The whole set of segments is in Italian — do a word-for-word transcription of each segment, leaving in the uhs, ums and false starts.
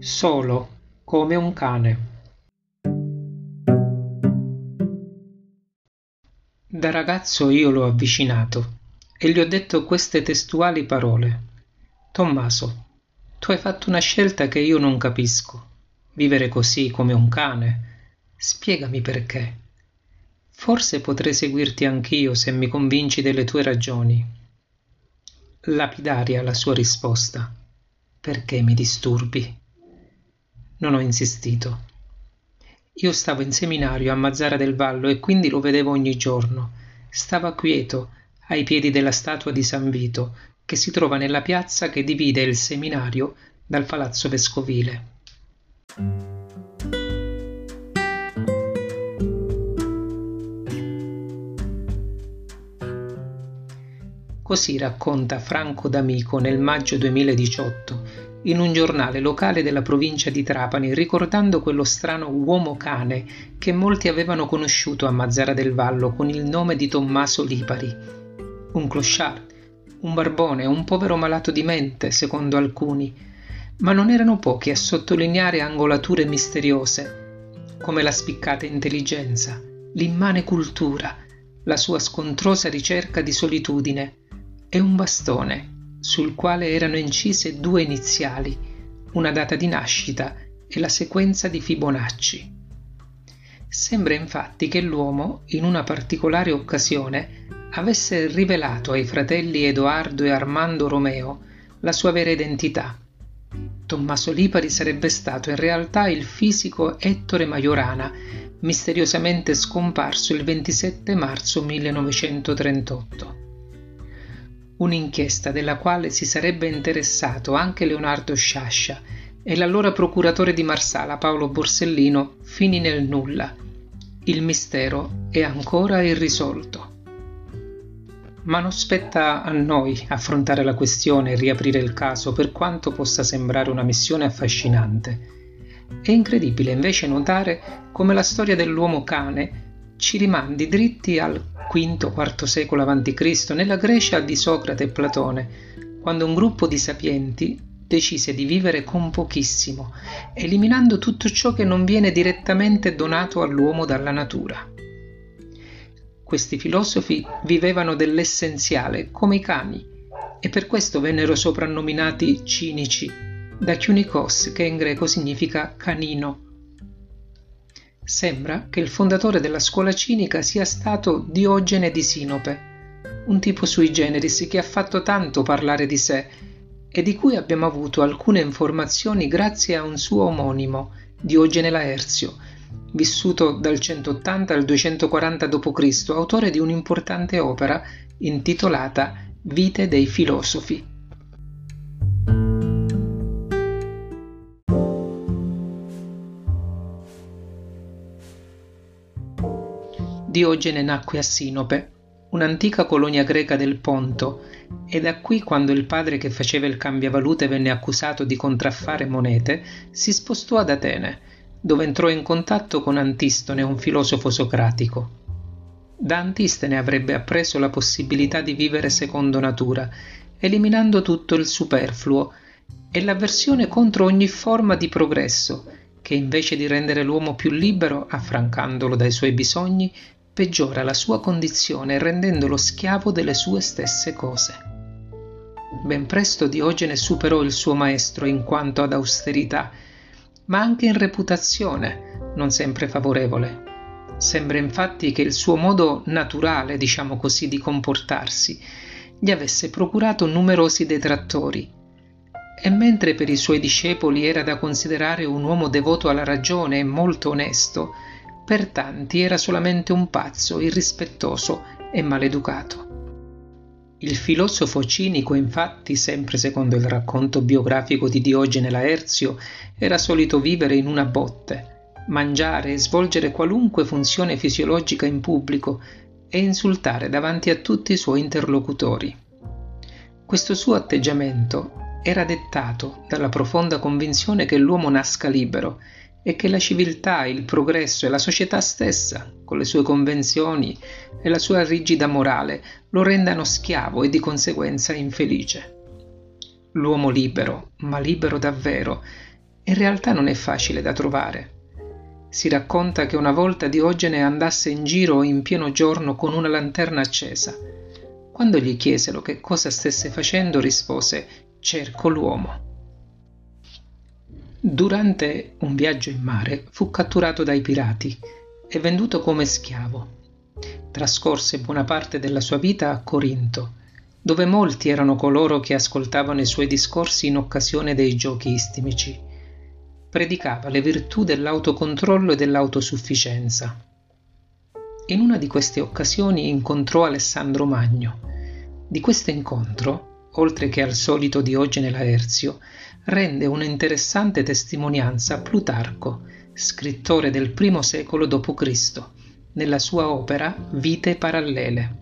Solo, come un cane. Da ragazzo io l'ho avvicinato e gli ho detto queste testuali parole. Tommaso, tu hai fatto una scelta che io non capisco. Vivere così come un cane. Spiegami perché. Forse potrei seguirti anch'io se mi convinci delle tue ragioni. Lapidaria la sua risposta. Perché mi disturbi? Non ho insistito. Io stavo in seminario a Mazzara del Vallo e quindi lo vedevo ogni giorno. Stava quieto, ai piedi della statua di San Vito, che si trova nella piazza che divide il seminario dal palazzo vescovile. Così racconta Franco D'Amico nel maggio duemiladiciotto in un giornale locale della provincia di Trapani, ricordando quello strano uomo-cane che molti avevano conosciuto a Mazzara del Vallo con il nome di Tommaso Lipari. Un clochard, un barbone, un povero malato di mente, secondo alcuni, ma non erano pochi a sottolineare angolature misteriose, come la spiccata intelligenza, l'immane cultura, la sua scontrosa ricerca di solitudine e un bastone sul quale erano incise due iniziali, una data di nascita e la sequenza di Fibonacci. Sembra infatti che l'uomo, in una particolare occasione, avesse rivelato ai fratelli Edoardo e Armando Romeo la sua vera identità. Tommaso Lipari sarebbe stato in realtà il fisico Ettore Majorana, misteriosamente scomparso il ventisette marzo millenovecentotrentotto. Un'inchiesta della quale si sarebbe interessato anche Leonardo Sciascia e l'allora procuratore di Marsala Paolo Borsellino finì nel nulla. Il mistero è ancora irrisolto. Ma non spetta a noi affrontare la questione e riaprire il caso, per quanto possa sembrare una missione affascinante. È incredibile invece notare come la storia dell'uomo cane ci rimandi dritti al quinto quarto secolo avanti Cristo, nella Grecia di Socrate e Platone, quando un gruppo di sapienti decise di vivere con pochissimo, eliminando tutto ciò che non viene direttamente donato all'uomo dalla natura. Questi filosofi vivevano dell'essenziale, come i cani, e per questo vennero soprannominati cinici, da chiunikos, che in greco significa canino. Sembra che il fondatore della scuola cinica sia stato Diogene di Sinope, un tipo sui generis che ha fatto tanto parlare di sé e di cui abbiamo avuto alcune informazioni grazie a un suo omonimo, Diogene Laerzio, vissuto dal centottanta al duecentoquaranta dopo Cristo, autore di un'importante opera intitolata Vite dei filosofi. Diogene nacque a Sinope, un'antica colonia greca del Ponto, e da qui, quando il padre che faceva il cambiavalute venne accusato di contraffare monete, si spostò ad Atene, dove entrò in contatto con Antistone, un filosofo socratico. Da Antistone avrebbe appreso la possibilità di vivere secondo natura, eliminando tutto il superfluo e l'avversione contro ogni forma di progresso, che invece di rendere l'uomo più libero, affrancandolo dai suoi bisogni, peggiora la sua condizione rendendolo schiavo delle sue stesse cose. Ben presto Diogene superò il suo maestro in quanto ad austerità, ma anche in reputazione, non sempre favorevole. Sembra infatti che il suo modo naturale, diciamo così, di comportarsi gli avesse procurato numerosi detrattori, e mentre per i suoi discepoli era da considerare un uomo devoto alla ragione e molto onesto, per tanti era solamente un pazzo, irrispettoso e maleducato. Il filosofo cinico, infatti, sempre secondo il racconto biografico di Diogene Laerzio, era solito vivere in una botte, mangiare e svolgere qualunque funzione fisiologica in pubblico e insultare davanti a tutti i suoi interlocutori. Questo suo atteggiamento era dettato dalla profonda convinzione che l'uomo nasca libero e che la civiltà, il progresso e la società stessa, con le sue convenzioni e la sua rigida morale, lo rendano schiavo e di conseguenza infelice. L'uomo libero, ma libero davvero, in realtà non è facile da trovare. Si racconta che una volta Diogene andasse in giro in pieno giorno con una lanterna accesa. Quando gli chiesero che cosa stesse facendo, rispose: «Cerco l'uomo». Durante un viaggio in mare fu catturato dai pirati e venduto come schiavo. Trascorse buona parte della sua vita a Corinto, dove molti erano coloro che ascoltavano i suoi discorsi in occasione dei giochi istmici. Predicava le virtù dell'autocontrollo e dell'autosufficienza. In una di queste occasioni incontrò Alessandro Magno. Di questo incontro, oltre che al solito Diogene Laerzio, rende un'interessante testimonianza Plutarco, scrittore del primo secolo dopo Cristo, nella sua opera Vite parallele.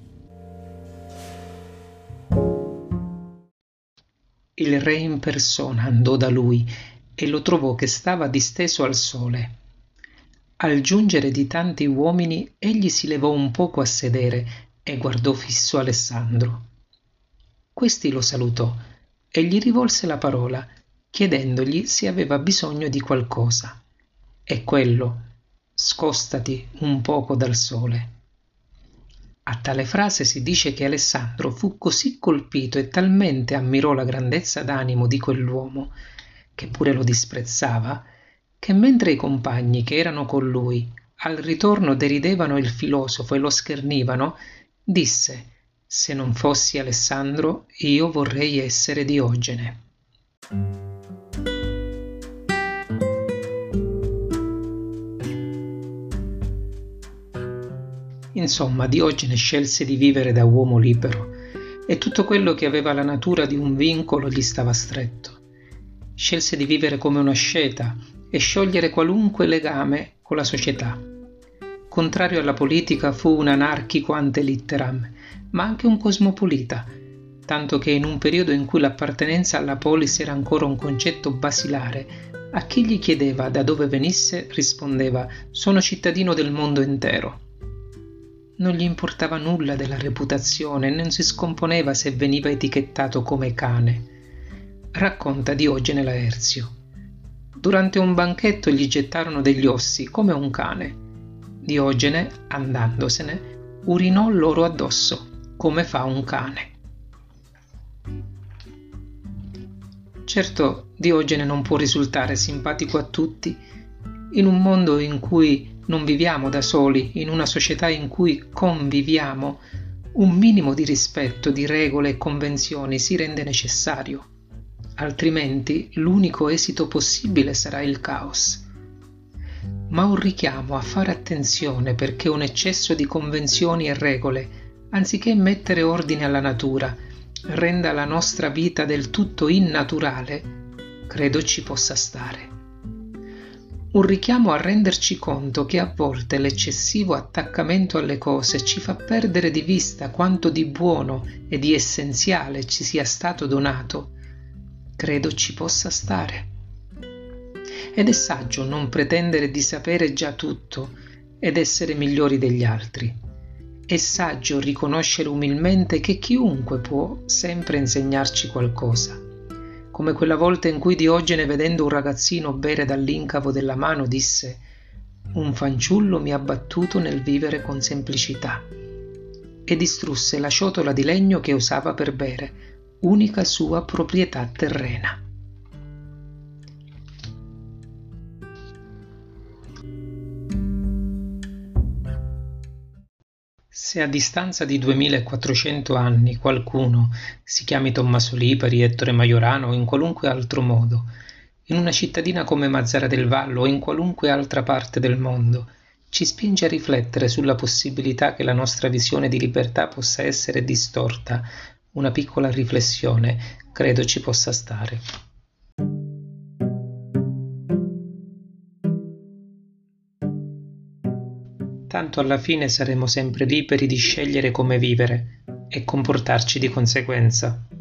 Il re in persona andò da lui e lo trovò che stava disteso al sole. Al giungere di tanti uomini, egli si levò un poco a sedere e guardò fisso Alessandro. Questi lo salutò e gli rivolse la parola, chiedendogli se aveva bisogno di qualcosa. E quello: «Scostati un poco dal sole». A tale frase si dice che Alessandro fu così colpito e talmente ammirò la grandezza d'animo di quell'uomo, che pure lo disprezzava, che mentre i compagni che erano con lui al ritorno deridevano il filosofo e lo schernivano, disse: «Se non fossi Alessandro, io vorrei essere Diogene». Insomma, Diogene scelse di vivere da uomo libero e tutto quello che aveva la natura di un vincolo gli stava stretto. Scelse di vivere come un asceta e sciogliere qualunque legame con la società. Contrario alla politica, fu un anarchico ante litteram, ma anche un cosmopolita, tanto che in un periodo in cui l'appartenenza alla polis era ancora un concetto basilare, a chi gli chiedeva da dove venisse rispondeva: «Sono cittadino del mondo intero». Non gli importava nulla della reputazione e non si scomponeva se veniva etichettato come cane. Racconta Diogene Laerzio: «Durante un banchetto gli gettarono degli ossi come un cane. Diogene, andandosene, urinò loro addosso, come fa un cane». Certo, Diogene non può risultare simpatico a tutti. In un mondo in cui non viviamo da soli, in una società in cui conviviamo, un minimo di rispetto di regole e convenzioni si rende necessario. Altrimenti l'unico esito possibile sarà il caos. Ma un richiamo a fare attenzione, perché un eccesso di convenzioni e regole, anziché mettere ordine alla natura, renda la nostra vita del tutto innaturale, credo ci possa stare. Un richiamo a renderci conto che a volte l'eccessivo attaccamento alle cose ci fa perdere di vista quanto di buono e di essenziale ci sia stato donato, credo ci possa stare. Ed è saggio non pretendere di sapere già tutto ed essere migliori degli altri. È saggio riconoscere umilmente che chiunque può sempre insegnarci qualcosa. Come quella volta in cui Diogene, vedendo un ragazzino bere dall'incavo della mano, disse: «Un fanciullo mi ha battuto nel vivere con semplicità», e distrusse la ciotola di legno che usava per bere, unica sua proprietà terrena. Se a distanza di duemilaquattrocento anni qualcuno, si chiami Tommaso Lipari, Ettore Majorano o in qualunque altro modo, in una cittadina come Mazara del Vallo o in qualunque altra parte del mondo, ci spinge a riflettere sulla possibilità che la nostra visione di libertà possa essere distorta, una piccola riflessione credo ci possa stare. Tanto alla fine saremo sempre liberi di scegliere come vivere e comportarci di conseguenza.